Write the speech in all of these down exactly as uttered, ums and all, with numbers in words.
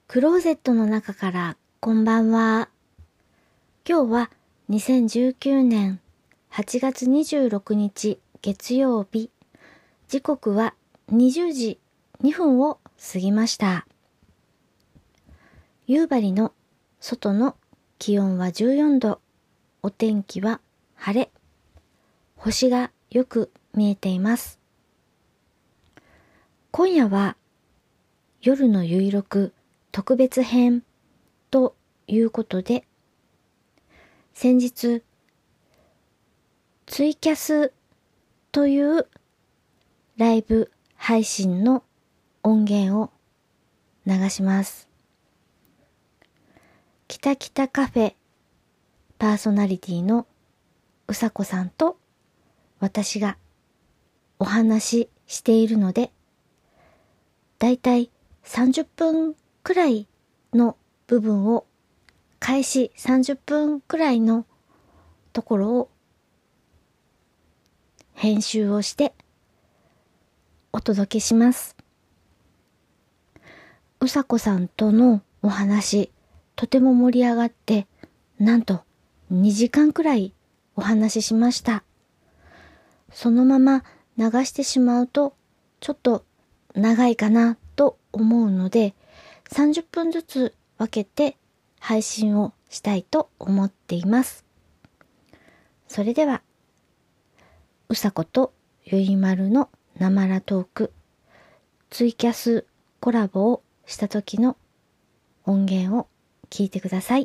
クローゼットの中からこんばんは。今日はにせんじゅうきゅうねんはちがつにじゅうろくにち月曜日。時刻はにじゅうじにふんを過ぎました。夕張の外の気温はじゅうよんど、お天気は晴れ、星がよく見えています。今夜は夜のゆいろく特別編ということで、先日ツイキャスというライブ配信の音源を流します。きたきたカフェパーソナリティのうさこさんと私がお話ししているので、だいたいさんじゅっぷんくらいの部分を、開始さんじゅっぷんくらいのところを編集をしてお届けします。うさこさんとのお話、とても盛り上がって、なんとにじかんくらいお話ししました。そのまま流してしまうとちょっと長いかなと思うので、さんじゅっぷんずつ分けて配信をしたいと思っています。それでは、うさことゆいまるのなまらトーク、ツイキャスコラボをした時の音源を聞いてください。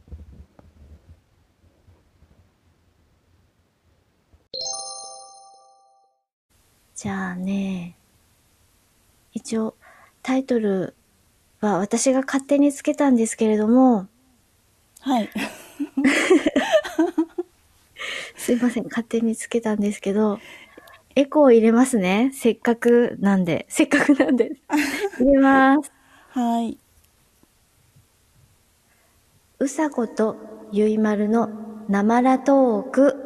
じゃあね、一応タイトルは私が勝手につけたんですけれども、 はい。 すいません、勝手につけたんですけど、エコー入れますね。せっかくなんで、せっかくなんで。入れます。 はい。 うさことゆいまるのなまらトーク。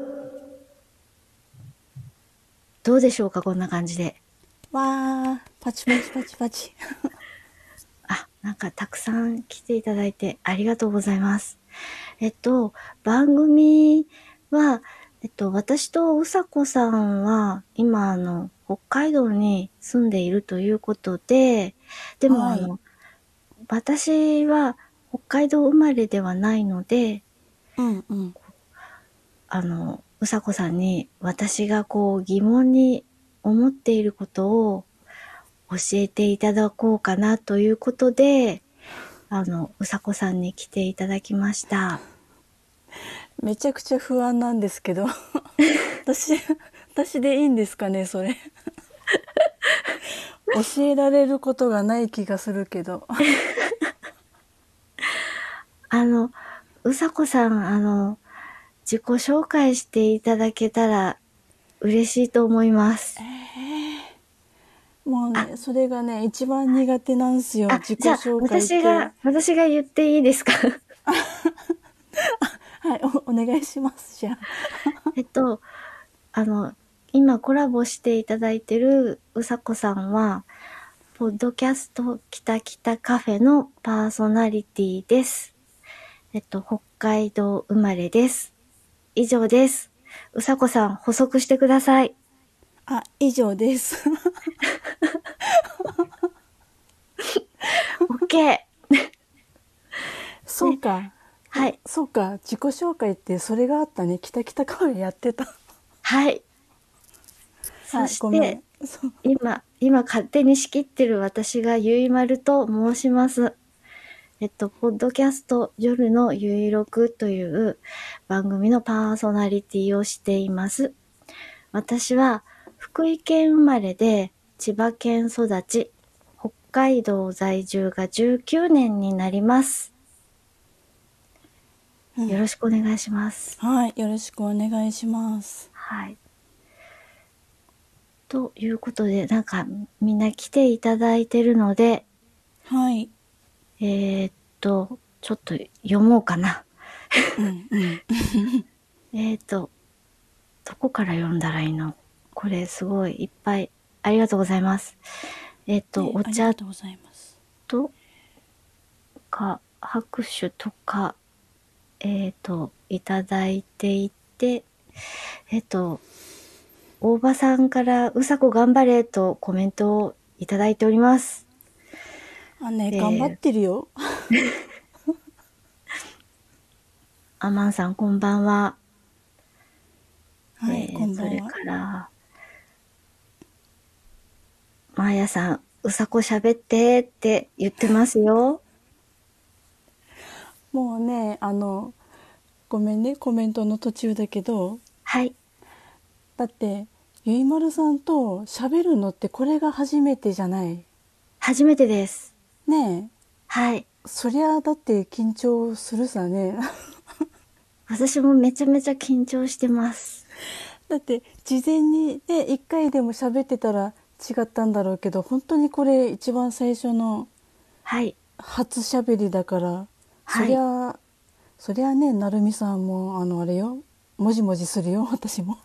どうでしょうか、こんな感じで。 わー、パチパチパチパチ。 あ、なんかたくさん来ていただいてありがとうございます。えっと、番組は、えっと、私とうさこさんは、今、あの、北海道に住んでいるということで、でも、 はい。 あの、私は北海道生まれではないので、 うんうん。 あの、うさこさんに私がこう疑問に思っていることを教えていただこうかなということで、あの、うさこさんに来ていただきました。 めちゃくちゃ不安なんですけど。私、私でいいんですかね、それ。教えられることがない気がするけど。 あの、うさこさん、あの、自己紹介していただけたら嬉しいと思います。 もうあ、 ね、それがね、一番苦手なんですよ。 あ、 自己じゃあ、 紹介系。 私が、私が言っていいですか？ はい、お、お願いします、じゃあ。 えっと、あの、今コラボしていただいてるうさこさんは、ポッドキャストきたきたカフェのパーソナリティです。えっと、北海道生まれです。以上です。うさこさん、補足してください。 あ、以上です。 OK。ね、 そうか。 はい。 そうか。自己紹介ってそれがあったね。きたきたカフェやってた。 はい。そはい、 して、 ごめん。そう。 今、今勝手に仕切ってる私がゆいまると申します。えっと、ポッドキャスト夜のゆいろくという番組のパーソナリティをしています。私は福井県生まれで千葉県育ち、北海道在住がじゅうきゅうねんになります。 うん。 よろしくお願いします。 はい、よろしくお願いします。 はい。ということで、なんかみんな来ていただいてるので、 はい。 えーっと、ちょっと読もうかな。 うんうん。 えーっと、どこから読んだらいいの？これすごいいっぱい。ありがとうございます。えーっと、 ね、 お茶ありがとうございます。 とか拍手とか、えっと、いただいていて、えっと、大場さんからうさこ頑張れとコメントをいただいております。 あね、頑張っで、 てるよ。 アマンさんこんばんは。 はい、こで、 んばんは。 それから、マーヤさん、うさこ喋ってって言ってますよ。 もうね、あの、ごめんね、コメントの途中だけど、 はい。 だって、ゆいまるさんと喋るのってこれが初めてじゃない。 初めてです。 ねはい。 え、そりゃだって緊張するさね。 私もめちゃめちゃ緊張してます。 だって事前にね一回でも喋ってたら違ったんだろうけど、本当にこれ一番最初のはい。 初喋りだから、そはい。 りゃそりゃね、なるみさんもあのあれよ、もじもじするよ、私も。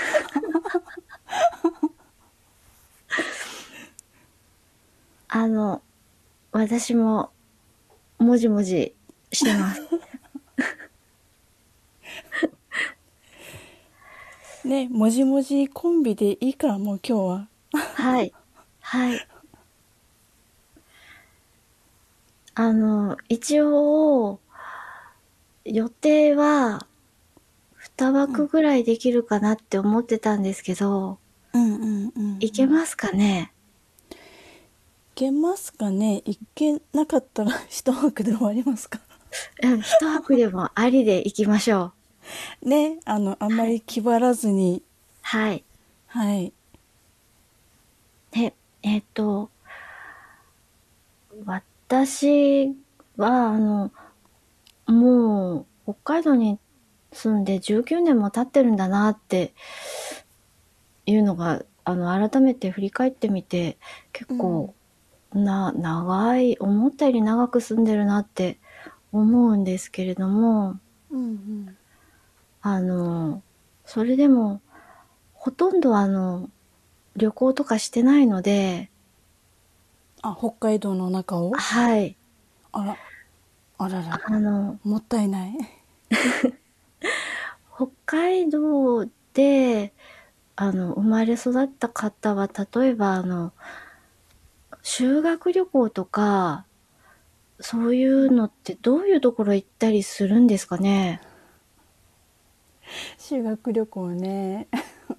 あの、私も、もじもじしてます。 ね、もじもじコンビでいいか、もう今日は。 はい。はい。あの、一応、予定はに枠ぐらいできるかなって思ってたんですけど、 うんうんうん。 いけますかね？ いけますかね。いけなかったら一枠で終わりますか？ うん、一泊でもありで行きましょう。 ね、あのあんまはい。 り気張らずに。 はい。 はい。 で、えっと、私は、あの、もう、北海道に住んでじゅうきゅうねんも経ってるんだなっていうのが、あの、改めて振り返ってみて、結構、な、長い、思ったより長く住んでるなって思うんですけれども、 うんうん。 あの、それでも、ほとんどあの、旅行とかしてないので、 あ、北海道の中を。 はい。 あら、あらら、 あの、 もったいない。 北海道で、あの、生まれ育った方は、例えばあの、修学旅行とか、そういうのってどういうところ行ったりするんですかね？ 修学旅行ね。 うん。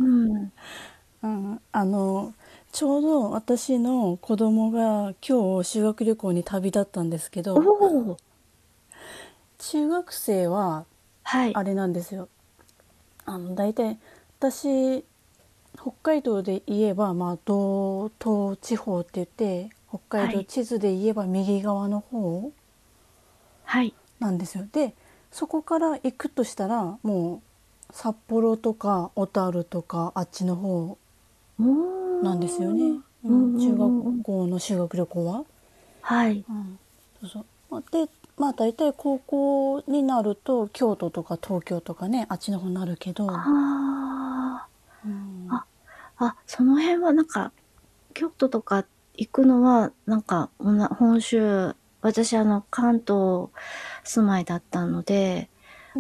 うん、あのちょうど私の子供が今日修学旅行に旅立ったんですけおど、 お、 中学生ははい、 あれなんですよ。あの大体私、北海道で言えば、まあ、道東地方って言って北海はい、 道地図で言えば右側の方はい。 なんですよ。でそこから行くとしたらもう札幌とか小樽とかあっちの方おなんですよね、 ー。 うん、 うんう中学んうんうん。 校の修学旅行は。 はい。 うん、そうそう。まあで、まあ大体高校になると京都とか東京とかね、あっちの方になるけど、 あうん、 あ。あ、あ、その辺はなんか、京都とか行くのは、なんか、おな本州、私あの、関東住まいだったので、 うん、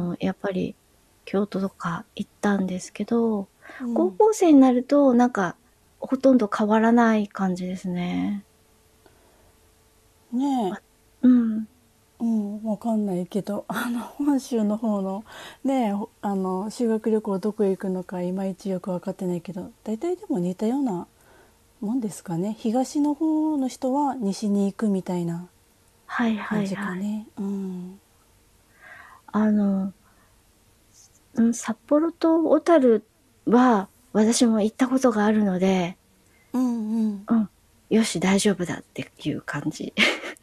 あの、やっぱり京都とか行ったんですけど、高うん、 校生になるとなんかほとんど変わらない感じですね。 ねあ、うん。 え、うん、わかんないけど、あの本州の方のねえ、ほあの修学旅行どこへ行くのかいまいちよく分かってないけど、大体でも似たようなもんですかね。東の方の人は西に行くみたいなはいは感じいはい。 かね。うん、 あの、うん、札幌と小樽は私も行ったことがあるので、 うんうん。 うん、よし大丈夫だっていう感じ。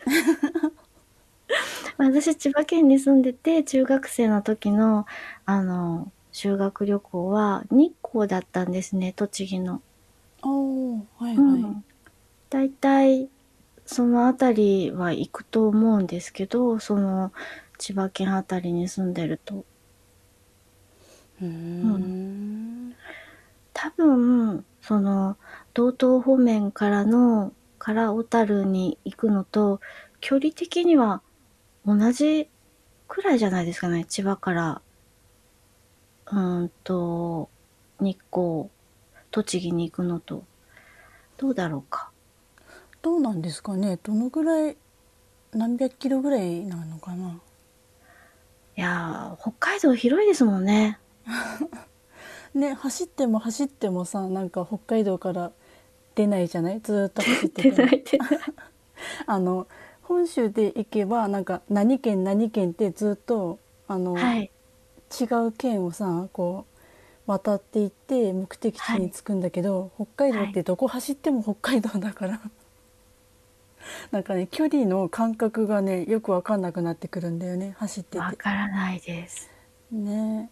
私千葉県に住んでて、中学生の時の、あの、修学旅行は日光だったんですね、栃木の。 おー、はいうはい。 ん。だいたいそのあたりは行くと思うんですけど、その千葉県あたりに住んでると。 うーうん。 ん。 多分、その、道東方面からの、から小樽に行くのと、 距離的には同じくらいじゃないですかね。千葉から、うーんと、日光、栃木に行くのと。どうだろうか。 どうなんですかね。どのぐらい、何百キロぐらいなのかな。 いやー、北海道広いですもんね。 ね、走っても走ってもさ、なんか北海道から出ないじゃない、ずーっと走って出なても。 い出ない。 あの本州で行けばなんか何県何県ってずっとあのはい。 違う県をさこう渡っていって目的地はい。 に着くんだけど、北海道はい。 ってどこ走っても北海道だからなんかね距離の感覚がねよく分かんなくなってくるんだよね、走ってわてからないです。 ね。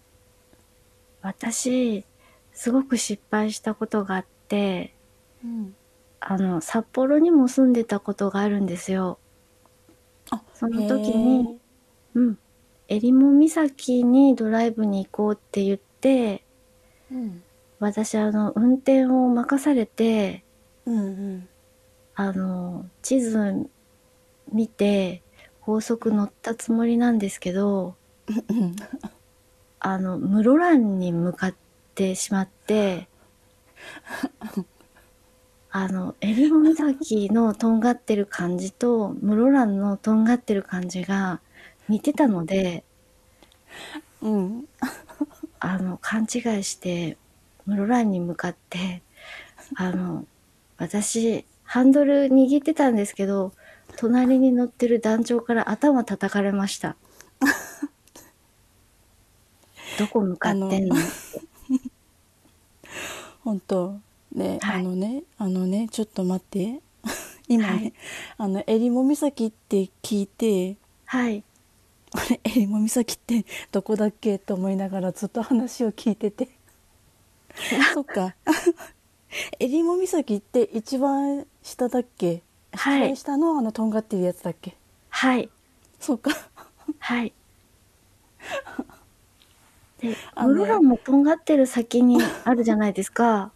私、すごく失敗したことがあって、 うんあの、札幌にも住んでたことがあるんですよ。 あそへの時に、 えうん、襟裳岬にドライブに行こうって言って、 うん私、あの、運転を任されて、 うんうんあの、地図見て、高速乗ったつもりなんですけど、あの、室蘭に向かってしまって、あの、襟裳岬のとんがってる感じと、室蘭のとんがってる感じが似てたので、 うんあの、勘違いして、室蘭に向かって、あの、私、ハンドル握ってたんですけど、隣に乗ってる団長から頭叩かれました。どこ向かあのってんの？ 本当ね、 はい。 あのねあのねちょっと待って、今ね、 はい。 あの襟裳岬って聞いて、 はい。 あれ襟裳岬ってどこだっけと思いながらずっと話を聞いててそっか襟裳岬って一番下だっけ、一はい。 番下のあのとんがってるやつだっけ。 はい。 そっかはい。で、 あのね室蘭もとんがってる先にあるじゃないですか。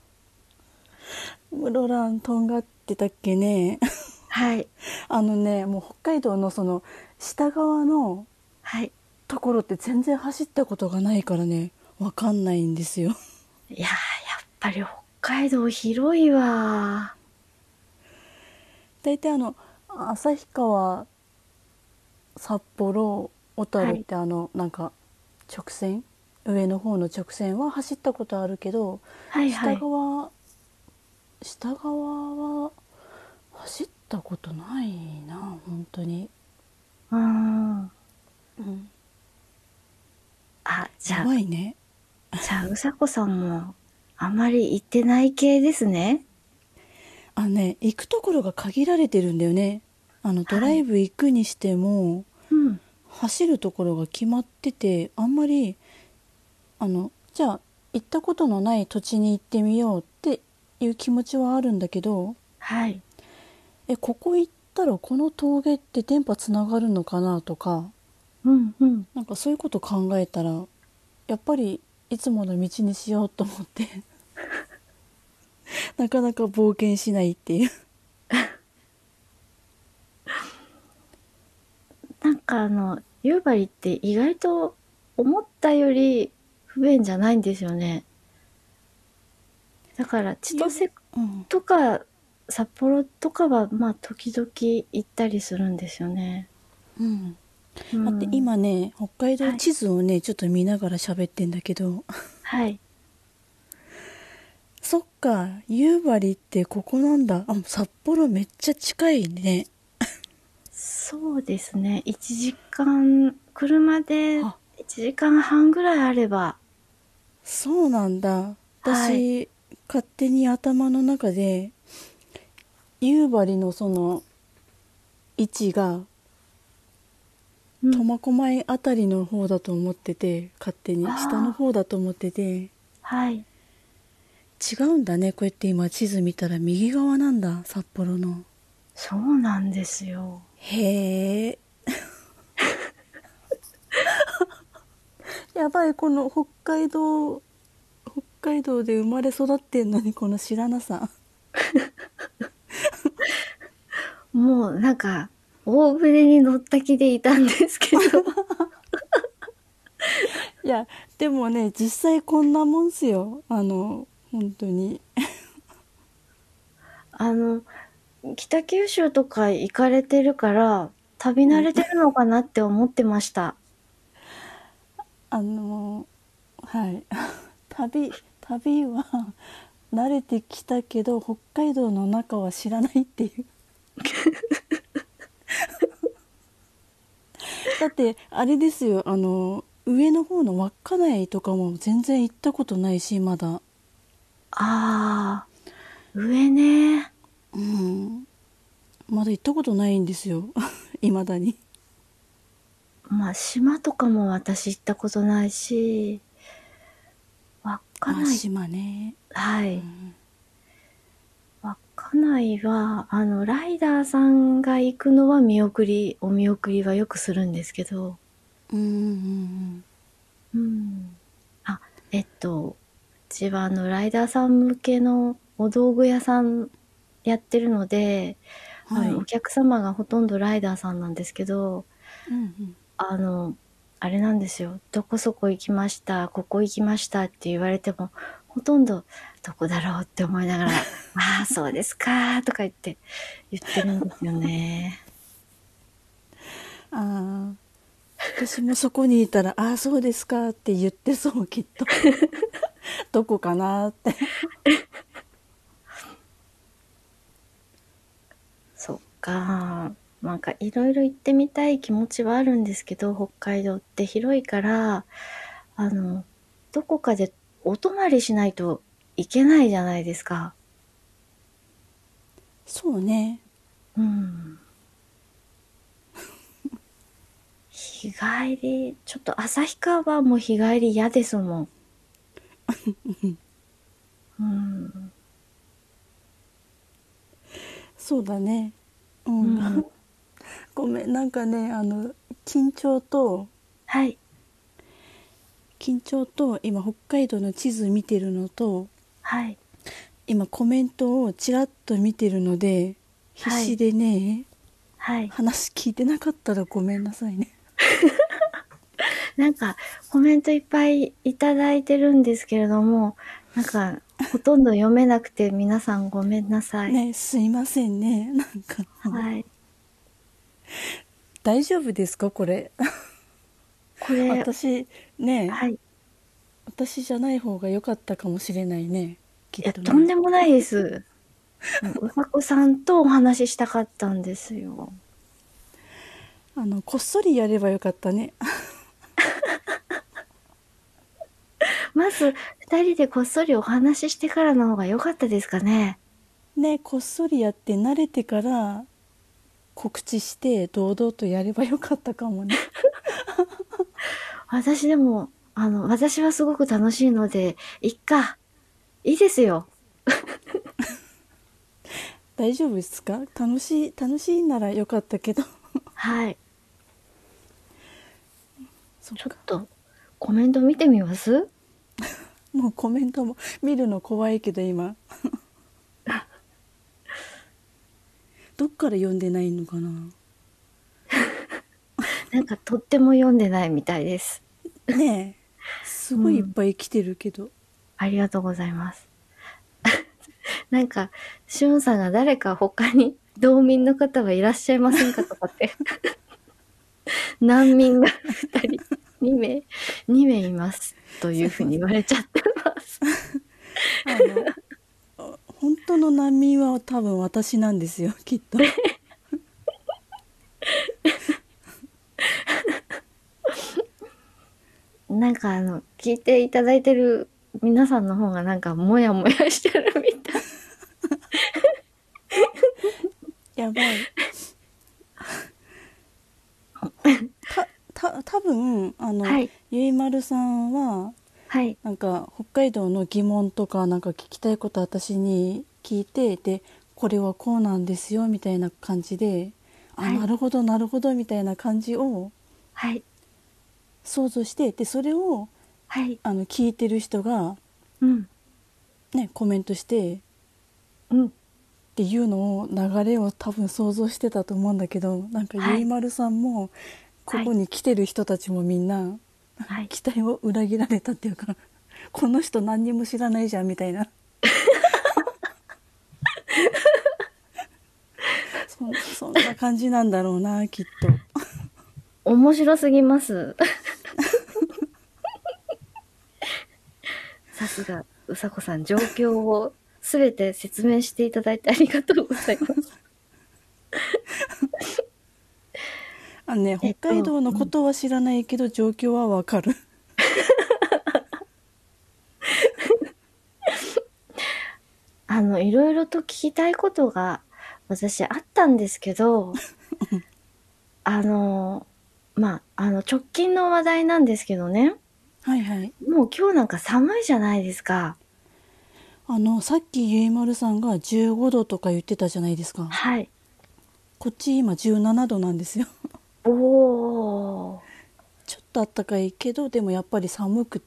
室蘭とんがってたっけねはい。 あのねもう北海道のその下側のはい。 ところって全然走ったことがないからねわかんないんですよ。 いやー、やっぱり北海道広いわ大体あの旭川札幌小ー。はい。 樽ってあのなんか直線、上の方の直線は走ったことあるけど、下はいはい。 側下側は走ったことないな本当に。 うーん。 うん、 あ、じやゃあ、 ばいね。 じゃあ、うさこさんも、あまり行ってない系ですね。 あのね行くところが限られてるんだよね。あのドはい。 ライブ行くにしてもうん。 走るところが決まってて、あんまりあのじゃあ行ったことのない土地に行ってみようっていう気持ちはあるんだけど、 はい。 えここ行ったらこの峠って電波つながるのかなとか、 うんうん。 なんかそういうこと考えたらやっぱりいつもの道にしようと思ってなかなか冒険しないっていう。 なんかあの、夕張って意外と思ったより不便じゃないんですよね。だから千ゆ歳うんとか札幌とかはまあ時々行ったりするんですよね。 うん、 う待ってん。 今ね北海道はい。 地図をねちょっと見ながら喋ってんだけどはい。 そっか夕張ってここなんだ。あ札幌めっちゃ近いね。 そうですね。いちじかん、車であいちじかんはんぐらいあれば。 そうなんだ。 はい。 私勝手に頭の中で夕張のその位置がうん。 苫小牧あたりの方だと思ってて、勝手に下のあ方だと思ってて、 あ、はい。 違うんだね。こうやって今地図見たら右側なんだ、札幌の。 そうなんですよ。 へえ。やばい、この北海道北海道で生まれ育ってんのにこの知らなさ。 もうなんか、 大船に乗った気でいたんですけど。 いやでもね実際こんなもんっすよ。あの本当に。 あの、北九州とか行かれてるから、旅慣れてるのかなって思ってました。 あのはい旅旅は慣れてきたけど北海道の中は知らないっていう。だってあれですよ、あの上の方の稚内とかも全然行ったことないしまだ。 あー、上ね。 うん、まだ行ったことないんですよ。いまだに。 まあ、島とかも私行ったことないし、稚あ、 内、 島ね。 はい。稚内は、あの、ライダーさんが行くのは見送り、お見送りはよくするんですけど、 うんうんうん。あ、えっと、うちはあの、ライダーさん向けのお道具屋さんやってるので、あの、おうん。はい。 客様がほとんどライダーさんなんですけど、 うんうんあの、あれなんですよ。どこそこ行きました、ここ行きましたって言われても、ほとんどどこだろうって思いながら、ああ、そうですかとか言って言ってるんですよね。 ああ、私もそこにいたら「ああそうですか」って言ってそうきっと。どこかなって。 そっか。なんかいろいろ行ってみたい気持ちはあるんですけど、北海道って広いから、あの、どこかでお泊まりしないといけないじゃないですか。 そうね。 うん。日帰り、ちょっと旭川はもう日帰り嫌ですもん。うん。 そうだね。うん。 うん。 ごめん、なんかね、あの緊張とはい。 緊張と今北海道の地図見てるのとはい。 今コメントをちらっと見てるので必はい。 死でね、 はい。 話聞いてなかったらごめんなさいね。 なんかコメントいっぱいいただいてるんですけれども、なんかほとんど読めなくて皆さんごめんなさい。 ね、すいませんね。なんかはい。 大丈夫ですかこれ。 これ、 私ね、 はい。 私じゃない方が良かったかもしれないね、きっいや、とんとね。 でもないです。もう、うさこさんとお話ししたかったんですよ。 あのこっそりやればよかったね。 まず、二人でこっそりお話ししてからの方が良かったですかね。 ね、こっそりやって慣れてから告知して堂々とやればよかったかもね。 私でも、あの、私はすごく楽しいので、いっか。いいですよ。 大丈夫ですか？楽しい楽しいならよかったけど。 はい。 そっか。 ちょっと、コメント見てみます？ もうコメントも見るの怖いけど今どっから読んでないのかな。 なんかとっても読んでないみたいです。 ねえ、すごいいっうん。 ぱい来てるけど。 ありがとうございます。なんか、しゅんさんが誰か他に道民の方はいらっしゃいませんかとかって難民がふたり、に名、に名いますというふうに言われちゃってます。 あの本当の難民は多分私なんですよきっと。 なんかあの、聞いていただいてる皆さんの方がなんかモヤモヤしてるみたい。 やばい。たた多分あのはい。 ゆいまるさんははい。 なんか北海道の疑問とかなんか聞きたいこと私に聞いて、でこれはこうなんですよみたいな感じで、あ、 はい。 なるほどなるほどみたいな感じをはい。 想像して、でそれをはい。 あの聞いてる人がうん。 ねコメントしてうん。 ていうのを流れを多分想像してたと思うんだけど、なんかはいゆいまるさんもここに来てる人たちもみんな、 はい。 期待を裏切られたっていうかこの人何にも知らないじゃんみたいなそ, そんな感じなんだろうなきっと。 面白すぎます。さすが、うさこさん、状況をすべて説明していただいてありがとうございます。 あのね、 えっと北海道のことは知らないけど、状況はわかる。 あの、いろいろと聞きたいことが私あったんですけど、あの、まあ、あの、直近の話題なんですけどね、 はいはい。 もう今日なんか寒いじゃないですか。 あのさっきゆいまるさんがじゅうごどとか言ってたじゃないですか。 はい。 こっち今じゅうななどなんですよ。 おー。 ちょっとあったかいけど、でもやっぱり寒くって、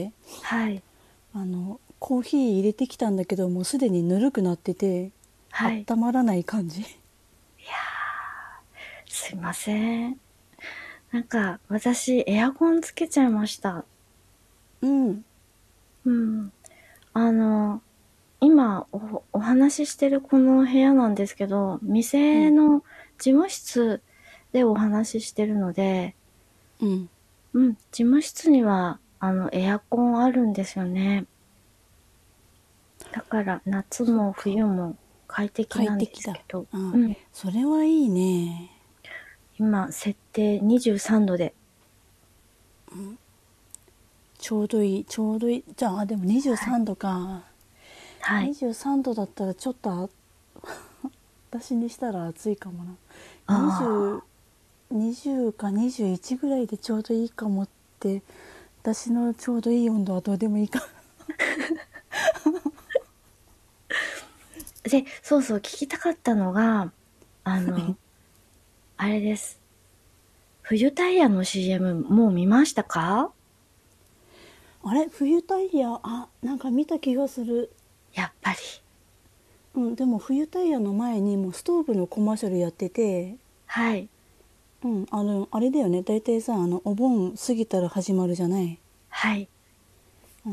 はい。 あのコーヒー入れてきたんだけど、もうすでにぬるくなっててはい。 温まらない感じ。 すいません。なんか、私、エアコンつけちゃいました。 うん。 うん。あの、今お、お話ししてるこの部屋なんですけど、 うん。 店の事務室でお話ししてるので、 うん。 うん、事務室には、あの、エアコンあるんですよね。だから、夏もそっか。 冬も快適快なんで適だ。 すけど、 あ、 うん、 それはいいね。 今、設定にじゅうさんどで、 ちょうどいい、ちょうどいい。じゃあ、でも23 はい。 度か。 はい。 にじゅうさんどだったらちょっとあ私にしたら暑いかもな。 あにじゅう、にじゅうかにじゅういちぐらいでちょうどいいかもって。私のちょうどいい温度はどうでもいいか。 あ。で、そうそう、聞きたかったのが、あの、あれです。冬タイヤの シーエム もう見ましたか？ あれ冬タイヤ、あ、なんか見た気がする。 やっぱり。 うん、でも冬タイヤの前にもうストーブのコマーシャルやってて、 はい。 うん、あのあれだよね、大体さ、あのお盆過ぎたら始まるじゃない。 はい。 うん、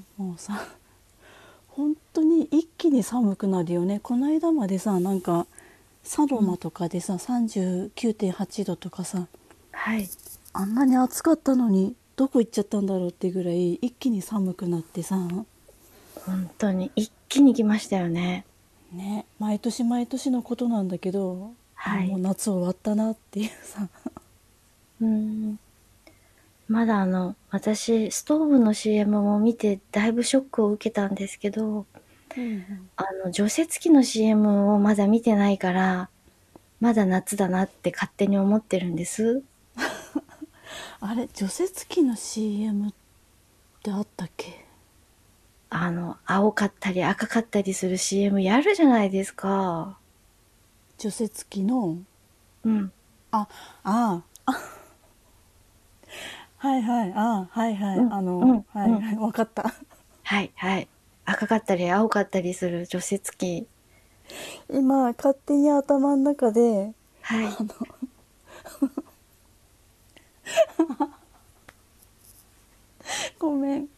もうさ、本当に一気に寒くなるよね。この間までさ、なんかサロうん。 マとかでささんじゅうきゅうてんはちどとかさ、 はい。 あんなに暑かったのにどこ行っちゃったんだろうってぐらい一気に寒くなってさ、 本当に一気に来ましたよね。 ね、毎年毎年のことなんだけど、あ、 はい。 もう夏終わったなっていうさ。 うーん。まだあの、私、ストーブの シーエム も見てだいぶショックを受けたんですけど、 うんうん、 あの、除雪機の シーエム をまだ見てないから、まだ夏だなって勝手に思ってるんです。 あれ除雪機の シーエム ってあったっけ？ あの、青かったり赤かったりする シーエム やるじゃないですか。 除雪機の、 うん。 ああはいはい、あ、はいはい、 うん、 あの、 うん、うん。 はいはい、わかった。 はい、はい。赤かったり青かったりする除雪機。 今勝手に頭の中で、 はい。 ごめん、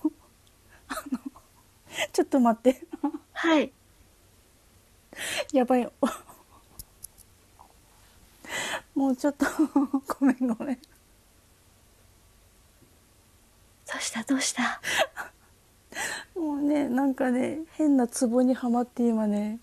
ちょっと待って、 はい。 やばい、もうちょっとごめんごめん。 どうしたどうした？ もうね、なんかね、変なツボにはまって今ね、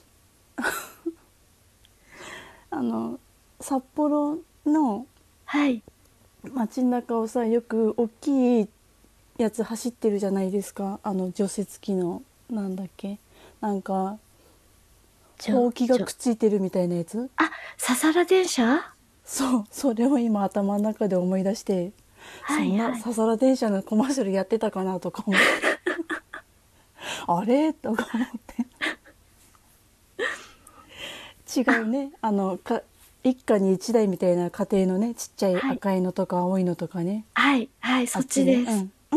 あの札幌のはい。 街中をさ、よく大きいやつ走ってるじゃないですか。あの除雪機の、なんだっけ、なんかちょ、 ほうきがちょ、 くっついてるみたいなやつ。 あ、ササラ電車。 そう、それを今頭の中で思い出して、そんなはいはい。 ササラ電車のコマーシャルやってたかなとか思って、あれとか思って。違うね、あのか一家に一台みたいな家庭のね、ちっちゃいはい。 赤いのとか青いのとかね。 はい、はい、そっあっちね、 ちです。 うんうん、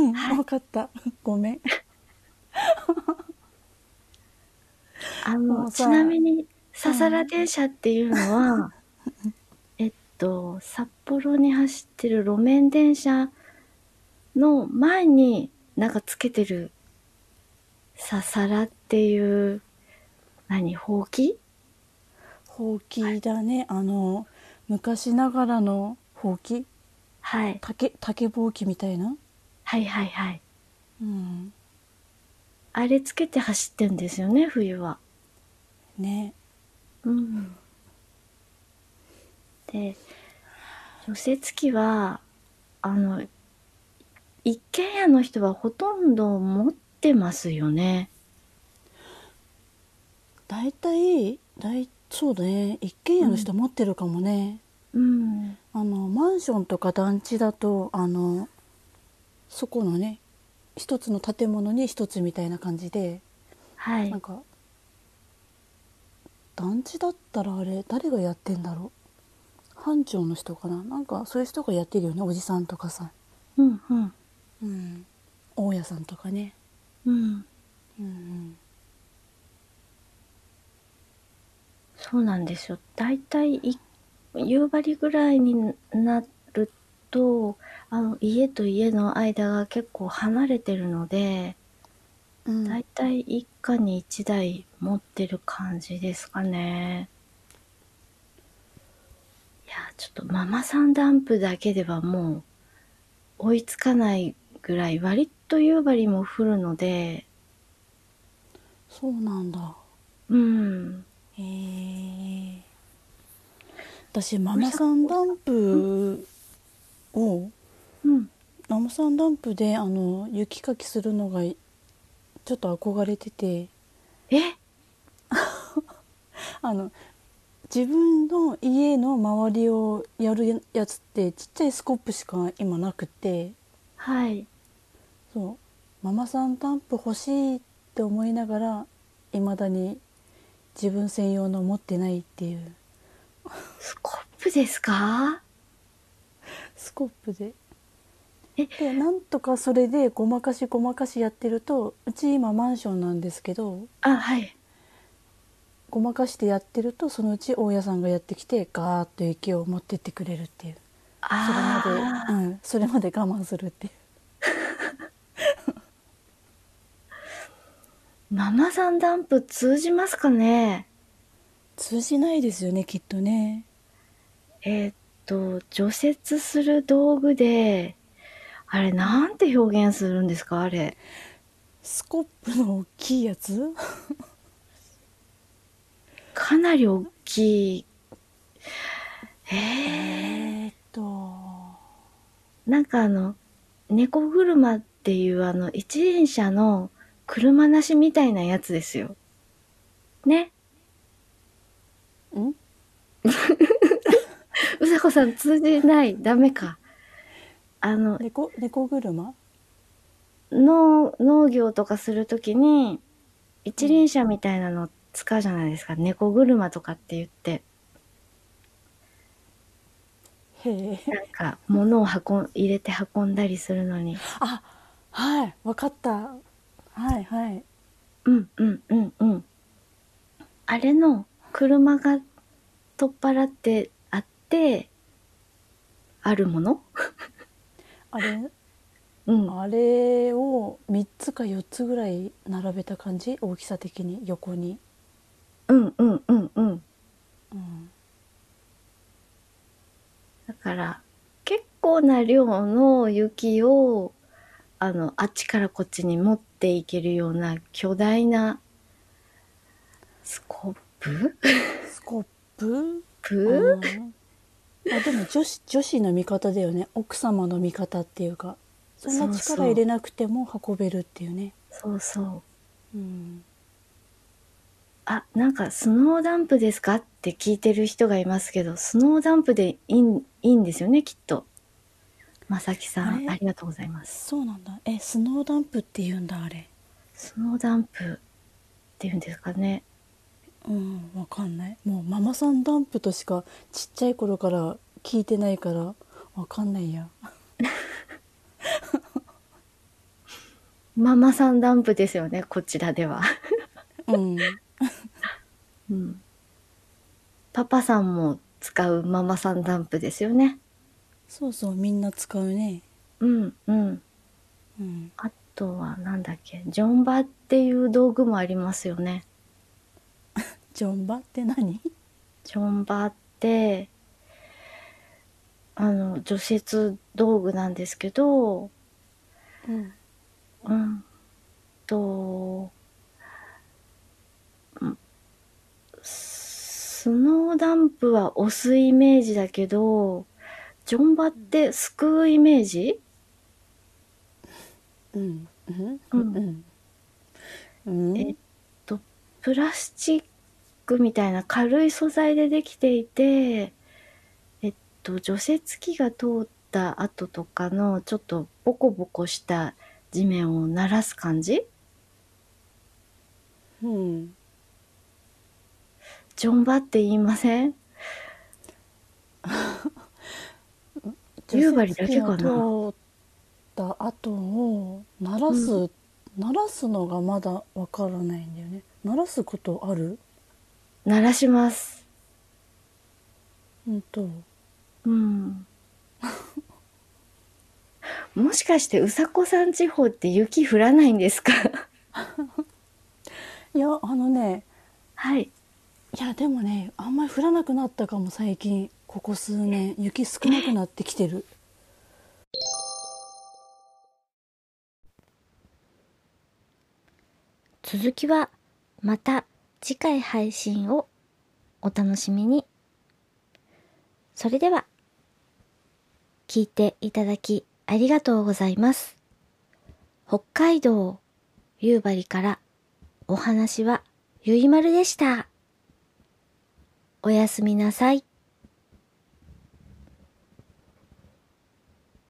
はい。 分かった。ごめん。 あの、 もうさ、 ちなみに、 うササラん、 電車っていうのは、えっと、札幌に走ってる路面電車の前になんかつけてるササラっていう、何、ほうき。 ほうきだね。あの昔ながらのほうき、 はい。 竹竹ぼうきみたいな。 はいはいはい。 うん、 あれつけて走ってんですよね、冬は。 ね。 うん。で、除雪機は、あの、一軒家の人はほとんど持ってますよね。 大体大そうだね、一軒家のうん。 人持ってるかもね。 うん。 あのマンションとか団地だと、あのそこのね、一つの建物に一つみたいな感じで、 はい。 なんか団地だったらあれ誰がやってんだろう。班長の人かな、なんかそういう人がやってるよね、おじさんとかさ。 うんうん。 うん、大家さんとかね。 うん。 うん、 そうなんですよ。だいたいい夕張ぐらいになると、あの、家と家の間が結構離れてるので、 うん、うん。 だいたい一家に一台持ってる感じですかね。いや、ちょっとママさんダンプだけではもう追いつかないぐらい、割と夕張も降るので、 そうなんだ。 うん。 へえ。私マおさマさんダンん、 プをうん。 ママさんダンプであの雪かきするのがちょっと憧れてて、 え、 あの自分の家の周りをやるやつってちっちゃいスコップしか今なくて、 はい。 そうママさんダンプ欲しいって思いながらいまだに自分専用の持ってないっていう。 スコップですか？ スコップで、 え、 でなんとかそれでごまかしごまかしやってると、うち今マンションなんですけど、 あ、はい。 ごまかしてやってるとそのうち大家さんがやってきてガーッと雪を持ってってくれるっていう。それまで、うあん、それまで我慢するっていう。 ー、ママさんダンプ通じますかね？ 通じないですよね、きっとね。 えーっと、除雪する道具で、あれなんて表現するんですかあれ。 スコップの大きいやつ。 かなり大きい。 ええー、 ーっとなんかあの、猫車っていうあの、一輪車の車なしみたいなやつですよ。ね。 んうさこさん通じない。ダメか。あの、 猫猫車。 農、農業とかするときに、一うん、 輪車みたいなの使うじゃないですか。猫車とかって言って。 へえ。 なんか、物を運ん、入れて運んだりするのに。 あ、はい、わかった。はいはい。 うんうんうんうん。あれの車が取っ払ってあって、あるもの。 あれうん。 あれをみっつかよっつぐらい並べた感じ、大きさ的に横に。 うんうんうんうん。 うん、 だから、結構な量の雪を、あの、あっちからこっちに持っていけるような巨大なスコップスコップ。うプん、まあでも女子女子の味方だよね、奥様の味方っていうか、そんなそう力入れそう。 なくても運べるっていうね。 そうそう。 うん、 あ、なんかスノーダンプですかって聞いてる人がいますけど、スノーダンプでいいん、いいんですよね、きっと。まさきさん、ああれ、 りがとうございます。 そうなんだ。え、スノーダンプって言うんだあれ。 スノーダンプっていうんですかね。 うん、わかんない。もうママさんダンプとしかちっちゃい頃から聞いてないからわかんないや。 ママさんダンプですよね、こちらでは。 うん、 うん。パパさんも使うママさんダンプですよね。 そうそう、みんな使うね。 うん、うん。 うん。 あとはなんだっけ、ジョンバっていう道具もありますよね。 ジョンバって何？ ジョンバって、あの、除雪道具なんですけど、 うん。 うんと、んスノーダンプは押すイメージだけど、ジョンバってすくうイメージ。 うん。うん。 うん。 うん。うん。 えっと、プラスチックみたいな軽い素材でできていて、えっと、除雪機が通った後とかのちょっとボコボコした地面を鳴らす感じ。 うん。 ジョンバって言いません？ 除夕張だけ雪機が通かな。 った後を鳴らうん。 す、鳴らすのがまだわからないんだよね。鳴らすことある？ 鳴らします。 うんと。 うん。もしかしてうさこさん地方って雪降らないんですか？ いや、あのね、 はい。 いや、でもね、あんまり降らなくなったかも、最近。ここ数年。雪少なくなってきてる。 続きはまた次回配信をお楽しみに。それでは聞いていただきありがとうございます。北海道夕張からお話はゆいまるでした。おやすみなさい。